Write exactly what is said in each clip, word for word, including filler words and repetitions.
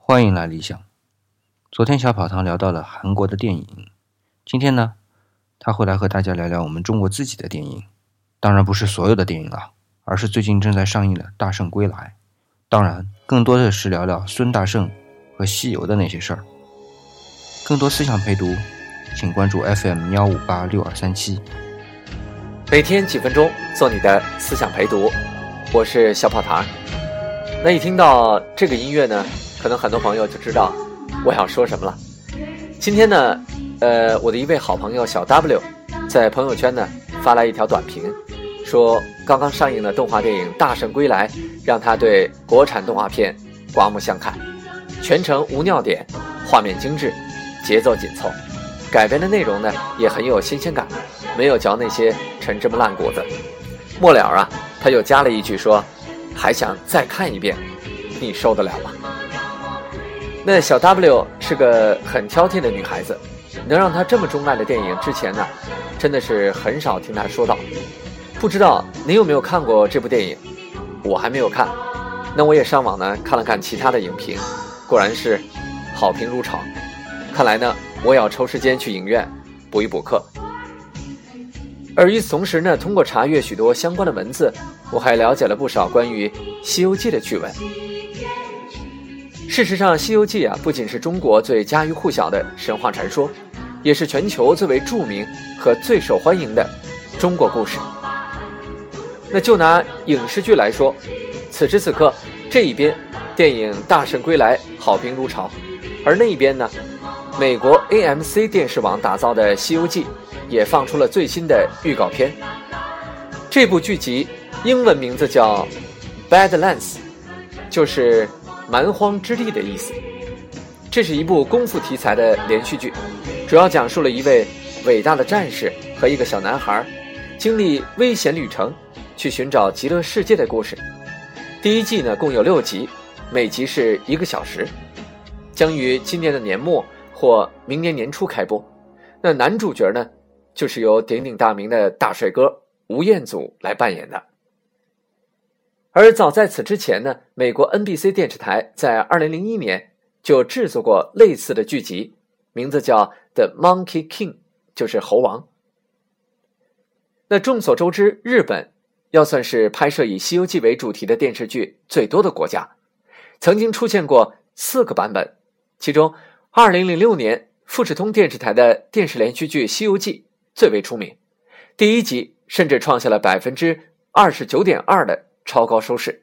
欢迎来理想。昨天小跑堂聊到了韩国的电影，今天呢，他会来和大家聊聊我们中国自己的电影。当然不是所有的电影了，而是最近正在上映的《大圣归来》。当然，更多的是聊聊孙大圣和西游的那些事儿。更多思想陪读，请关注 F M 一五八六二三七。 每天几分钟，做你的思想陪读。我是小跑堂。那一听到这个音乐呢，可能很多朋友就知道我要说什么了。今天呢，呃，我的一位好朋友小 W 在朋友圈呢发来一条短评，说刚刚上映的动画电影《大圣归来》让他对国产动画片刮目相看，全程无尿点，画面精致，节奏紧凑，改编的内容呢也很有新鲜感，没有嚼那些陈芝麻烂谷子。末了啊，他又加了一句说，还想再看一遍，你受得了吗？那小 W 是个很挑剔的女孩子，能让她这么钟爱的电影之前呢，真的是很少听她说到。不知道您有没有看过这部电影？我还没有看，那我也上网呢看了看其他的影评，果然是好评如潮。看来呢，我也要抽时间去影院补一补课。而与此同时呢，通过查阅许多相关的文字，我还了解了不少关于《西游记》的趣闻。事实上，《西游记》啊，不仅是中国最家喻户晓的神话传说，也是全球最为著名和最受欢迎的中国故事。那就拿影视剧来说，此时此刻这一边电影《大圣归来》好评如潮，而那一边呢，美国 A M C 电视网打造的《西游记》也放出了最新的预告片。这部剧集英文名字叫 Badlands， 就是蛮荒之地的意思。这是一部功夫题材的连续剧，主要讲述了一位伟大的战士和一个小男孩经历危险旅程去寻找极乐世界的故事。第一季呢共有六集，每集是一个小时，将于今年的年末或明年年初开播。那男主角呢，就是由鼎鼎大名的大帅哥吴彦祖来扮演的。而早在此之前呢，美国 N B C 电视台在二零零一年就制作过类似的剧集，名字叫 The Monkey King， 就是猴王。那众所周知，日本要算是拍摄以《西游记》为主题的电视剧最多的国家，曾经出现过四个版本，其中二零零六年富士通电视台的电视连续剧《西游记》最为出名，第一集甚至创下了 百分之二十九点二 的超高收视。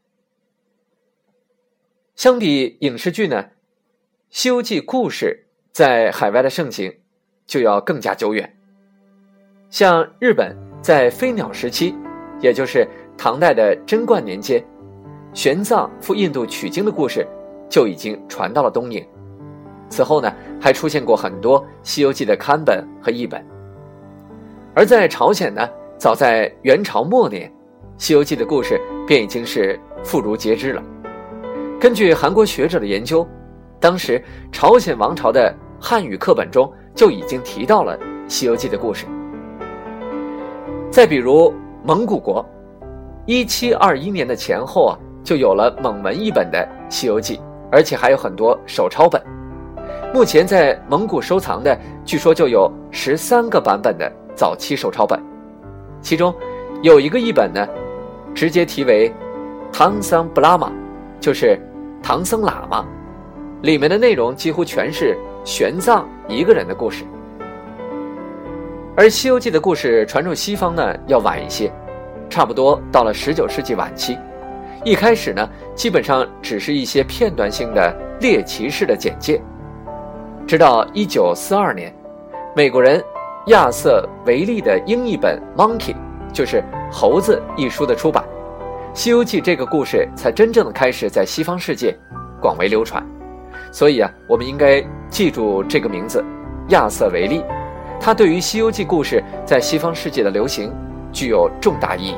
相比影视剧呢，《西游记》故事在海外的盛行就要更加久远。像日本在飞鸟时期，也就是唐代的贞观年间，玄奘赴印度取经的故事就已经传到了东瀛。此后呢，还出现过很多《西游记》的刊本和译本。而在朝鲜呢，早在元朝末年，《西游记》的故事便已经是妇孺皆知了。根据韩国学者的研究，当时朝鲜王朝的汉语课本中就已经提到了《西游记》的故事。再比如蒙古国，一七二一年的前后啊，就有了蒙文译本的《西游记》，而且还有很多手抄本。目前在蒙古收藏的，据说就有十三个版本的早期手抄本，其中有一个译本呢，直接题为唐僧布拉玛，就是唐僧喇嘛，里面的内容几乎全是玄奘一个人的故事。而《西游记》的故事传入西方呢，要晚一些，差不多到了十九世纪晚期。一开始呢，基本上只是一些片段性的猎奇式的简介。直到一九四二年，美国人亚瑟·维利的英译本《Monkey》，就是猴子一书的出版，《西游记》这个故事才真正的开始在西方世界广为流传。所以啊，我们应该记住这个名字，亚瑟·维利，他对于《西游记》故事在西方世界的流行具有重大意义。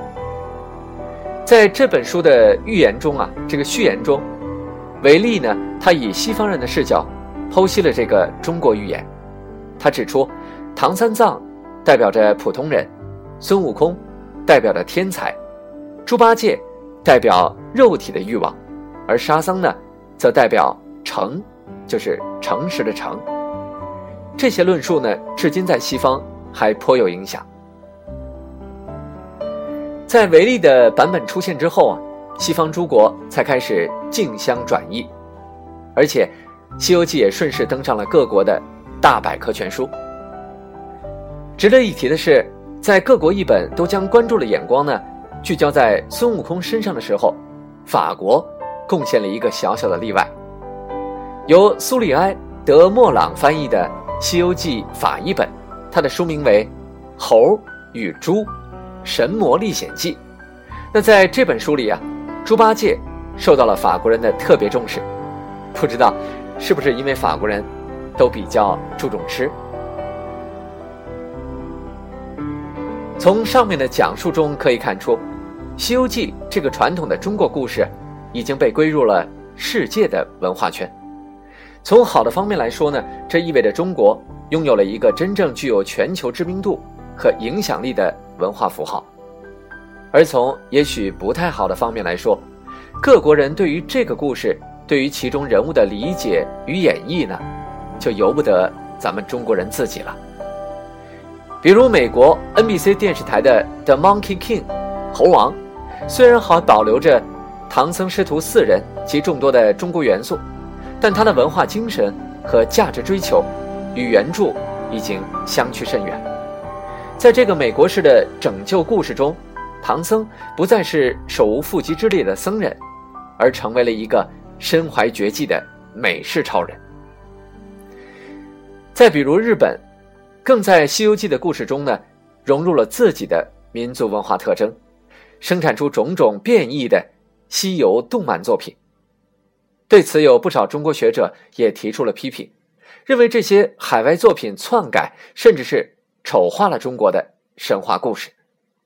在这本书的预言中啊，这个序言中，维利呢，他以西方人的视角剖析了这个中国寓言。他指出，唐三藏代表着普通人，孙悟空代表着天才，猪八戒代表肉体的欲望，而沙僧呢， 则代表诚，就是诚实的诚。这些论述呢，至今在西方还颇有影响。在维利的版本出现之后啊，西方诸国才开始竞相转译，而且《西游记》也顺势登上了各国的大百科全书。值得一提的是，在各国译本都将关注的眼光呢聚焦在孙悟空身上的时候，法国贡献了一个小小的例外。由苏利埃·德莫朗翻译的《西游记》法译本，它的书名为《猴与猪：神魔历险记》。那在这本书里啊，猪八戒受到了法国人的特别重视，不知道是不是因为法国人都比较注重吃。从上面的讲述中可以看出，《西游记》这个传统的中国故事已经被归入了世界的文化圈。从好的方面来说呢，这意味着中国拥有了一个真正具有全球知名度和影响力的文化符号。而从也许不太好的方面来说，各国人对于这个故事，对于其中人物的理解与演绎呢，就由不得咱们中国人自己了。比如美国 N B C 电视台的 The Monkey King 猴王，虽然还保留着唐僧师徒四人及众多的中国元素，但他的文化精神和价值追求与原著已经相去甚远。在这个美国式的拯救故事中，唐僧不再是手无缚鸡之力的僧人，而成为了一个身怀绝技的美式超人。再比如日本，更在《西游记》的故事中呢，融入了自己的民族文化特征，生产出种种变异的西游动漫作品。对此有不少中国学者也提出了批评，认为这些海外作品篡改甚至是丑化了中国的神话故事。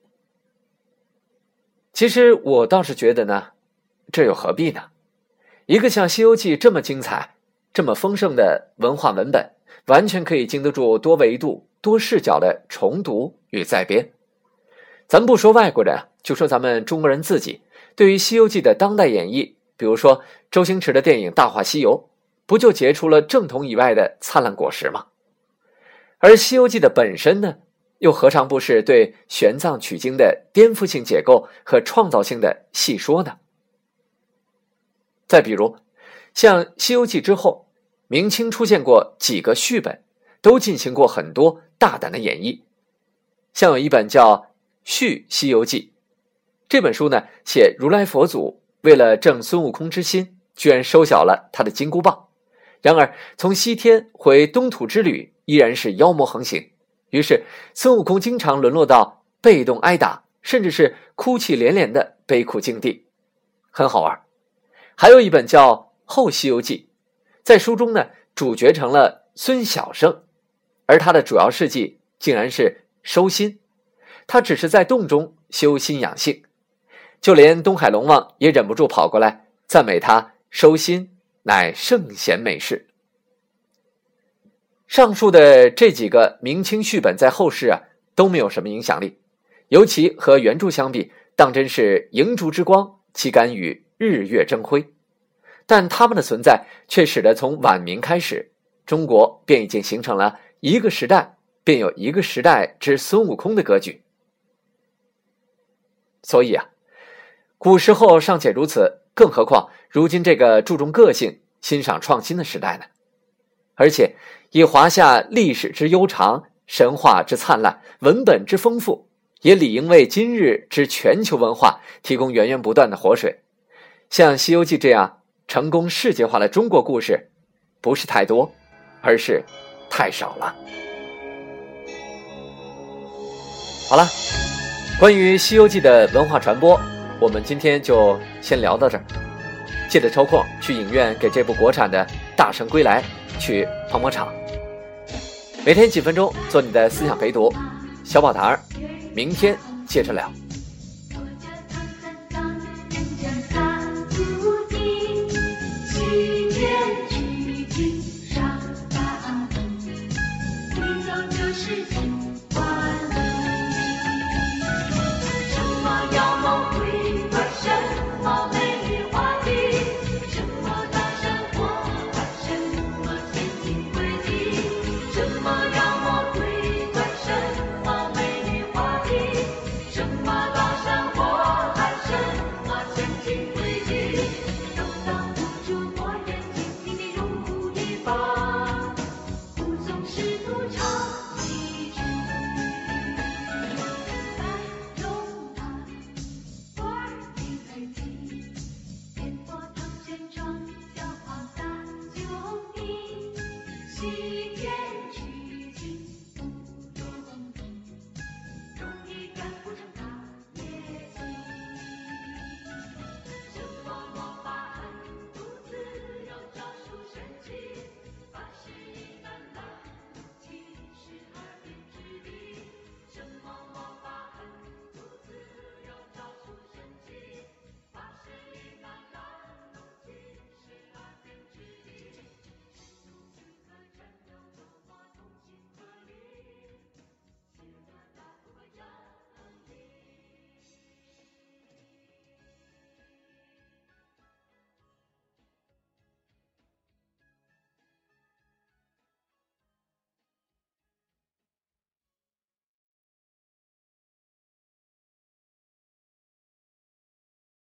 其实我倒是觉得呢，这又何必呢？一个像《西游记》这么精彩、这么丰盛的文化文本，完全可以经得住多维度、多视角的重读与再编。咱不说外国人，就说咱们中国人自己，对于《西游记》的当代演绎，比如说周星驰的电影《大话西游》，不就结出了正统以外的灿烂果实吗？而《西游记》的本身呢，又何尝不是对玄奘取经的颠覆性解构和创造性的细说呢？再比如，像《西游记》之后，明清出现过几个续本，都进行过很多大胆的演绎。像有一本叫《续西游记》，这本书呢，写如来佛祖为了正孙悟空之心，居然收小了他的金箍棒。然而从西天回东土之旅依然是妖魔横行，于是孙悟空经常沦落到被动挨打，甚至是哭泣连连的悲苦境地，很好玩。还有一本叫《后西游记》，在书中呢，主角成了孙小生，而他的主要事迹竟然是收心，他只是在洞中修心养性，就连东海龙王也忍不住跑过来赞美他收心乃圣贤美事。上述的这几个明清续本在后世啊都没有什么影响力，尤其和原著相比，当真是银烛之光岂敢与日月争辉。但他们的存在却使得从晚明开始，中国便已经形成了一个时代便有一个时代之孙悟空的格局。所以啊，古时候尚且如此，更何况如今这个注重个性、欣赏创新的时代呢？而且以华夏历史之悠长、神话之灿烂、文本之丰富，也理应为今日之全球文化提供源源不断的活水。像《西游记》这样成功世界化的中国故事，不是太多，而是太少了。好了，关于《西游记》的文化传播，我们今天就先聊到这儿。记得抽空去影院给这部国产的《大圣归来》去捧捧场。每天几分钟，做你的思想陪读，小宝堂儿，明天接着聊。